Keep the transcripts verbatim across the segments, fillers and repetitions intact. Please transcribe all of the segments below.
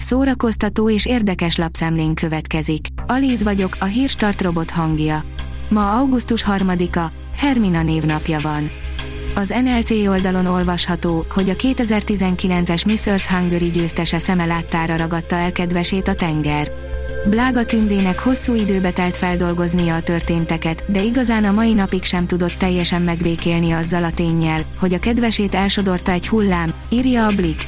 szórakoztató és érdekes lapszemlén következik. Alíz vagyok, a Hírstart robot hangja. Ma augusztus harmadika, Hermina névnapja van. Az en el cé oldalon olvasható, hogy a kétezer-tizenkilences Miss Earth Hungary győztese szeme láttára ragadta el kedvesét a tenger. Blága Tündének hosszú időbe telt feldolgoznia a történteket, de igazán a mai napig sem tudott teljesen megbékélni azzal a ténnyel, hogy a kedvesét elsodorta egy hullám, írja a Blick.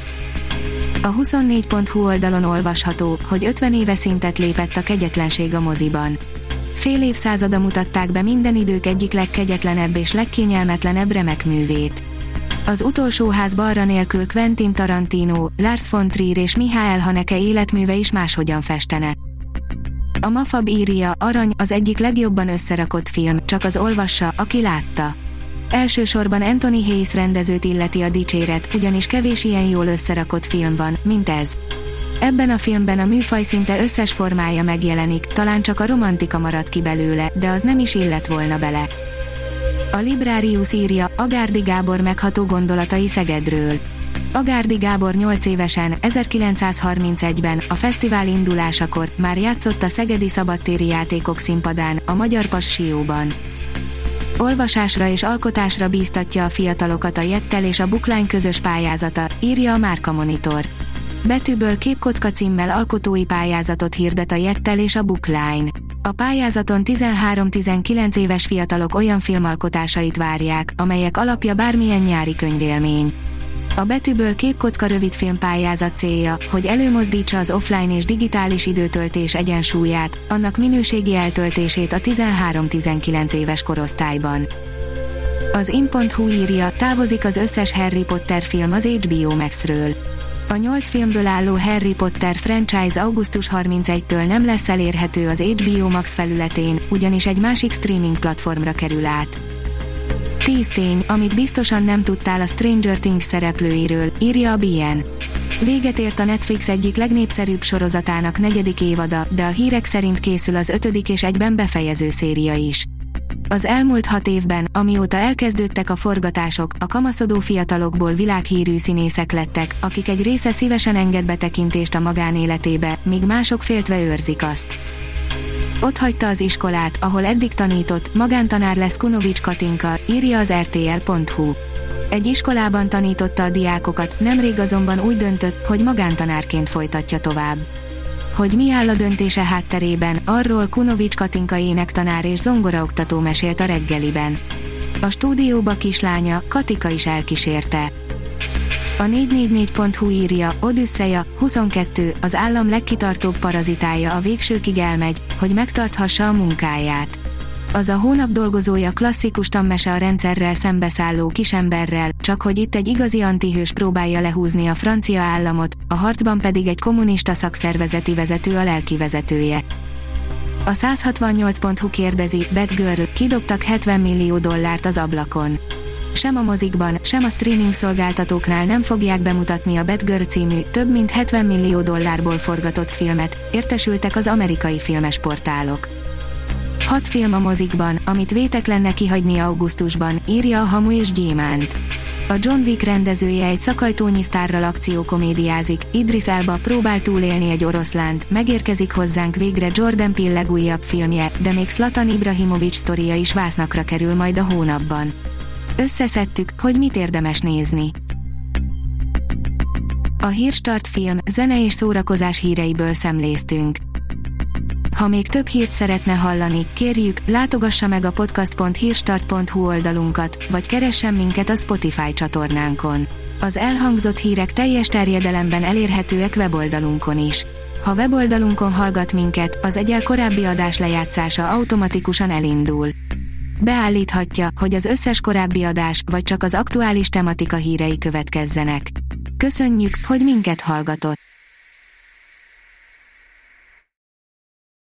A huszonnégy pont hu oldalon olvasható, hogy ötven éve szintet lépett a kegyetlenség a moziban. Fél évszázada mutatták be minden idők egyik legkegyetlenebb és legkényelmetlenebb remek művét. Az utolsó ház balra nélkül Quentin Tarantino, Lars von Trier és Michael Haneke életműve is máshogyan festene. A Mafab írja, Arany, az egyik legjobban összerakott film, csak az olvassa, aki látta. Elsősorban Anthony Hayes rendezőt illeti a dicséret, ugyanis kevés ilyen jól összerakott film van, mint ez. Ebben a filmben a műfaj szinte összes formája megjelenik, talán csak a romantika maradt ki belőle, de az nem is illett volna bele. A Librarius írja, Agárdi Gábor megható gondolatai Szegedről. Agárdi Gábor nyolc évesen, ezerkilencszázharmincegyben, a fesztivál indulásakor már játszott a Szegedi Szabadtéri Játékok színpadán, a Magyar Pass Sióban. Olvasásra és alkotásra bíztatja a fiatalokat a Jettel és a Bookline közös pályázata, írja a Márka Monitor. Betűből képkocka címmel alkotói pályázatot hirdet a Jettel és a Bookline. A pályázaton tizenhárom-tizenkilenc éves fiatalok olyan filmalkotásait várják, amelyek alapja bármilyen nyári könyvélmény. A Betűből képkocka rövidfilm pályázat célja, hogy előmozdítsa az offline és digitális időtöltés egyensúlyát, annak minőségi eltöltését a tizenhárom-tizenkilenc éves korosztályban. Az in pont hu írja, távozik az összes Harry Potter film az há bé o Maxről. A nyolc filmből álló Harry Potter franchise augusztus harmincegyedikétől nem lesz elérhető az há bé o Max felületén, ugyanis egy másik streaming platformra kerül át. tíz tény, amit biztosan nem tudtál a Stranger Things szereplőiről, írja a bé en. Véget ért a Netflix egyik legnépszerűbb sorozatának negyedik évada, de a hírek szerint készül az ötödik és egyben befejező széria is. Az elmúlt hat évben, amióta elkezdődtek a forgatások, a kamaszodó fiatalokból világhírű színészek lettek, akik egy része szívesen enged betekintést a magánéletébe, míg mások féltve őrzik azt. Ott hagyta az iskolát, ahol eddig tanított, magántanár lesz Kunovics Katinka, írja az er té el pont hu. Egy iskolában tanította a diákokat, nemrég azonban úgy döntött, hogy magántanárként folytatja tovább. Hogy mi áll a döntése hátterében, arról Kunovics Katinka énektanár és zongoraoktató mesélt a reggeliben. A stúdióba kislánya, Katika is elkísérte. A négy négy négy pont hu írja, Odüsszeja, huszonkettő, az állam legkitartóbb parazitája a végsőkig elmegy, hogy megtarthassa a munkáját. Az a hónap dolgozója klasszikus tanmese a rendszerrel szembeszálló kisemberrel, csak hogy itt egy igazi antihős próbálja lehúzni a francia államot, a harcban pedig egy kommunista szakszervezeti vezető a lelkivezetője. A száz hatvannyolc pont hu kérdezi, Bad Girl, kidobtak hetven millió dollárt az ablakon. Sem a mozikban, sem a streaming szolgáltatóknál nem fogják bemutatni a Bad Girl című, több mint hetven millió dollárból forgatott filmet, értesültek az amerikai filmes portálok. Hat film a mozikban, amit vétek lenne kihagyni augusztusban, írja a Hamu és Gyémánt. A John Wick rendezője egy szakajtónyi sztárral akciókomédiázik, Idris Elba próbál túlélni egy oroszlánt, megérkezik hozzánk végre Jordan Peele legújabb filmje, de még Zlatan Ibrahimović sztoria is vásznakra kerül majd a hónapban. Összeszedtük, hogy mit érdemes nézni. A Hírstart film, zene és szórakozás híreiből szemléztünk. Ha még több hírt szeretne hallani, kérjük, látogassa meg a podcast pont hírstart pont hu oldalunkat, vagy keressen minket a Spotify csatornánkon. Az elhangzott hírek teljes terjedelemben elérhetőek weboldalunkon is. Ha weboldalunkon hallgat minket, az egyel korábbi adás lejátszása automatikusan elindul. Beállíthatja, hogy az összes korábbi adás, vagy csak az aktuális tematika hírei következzenek. Köszönjük, hogy minket hallgatott!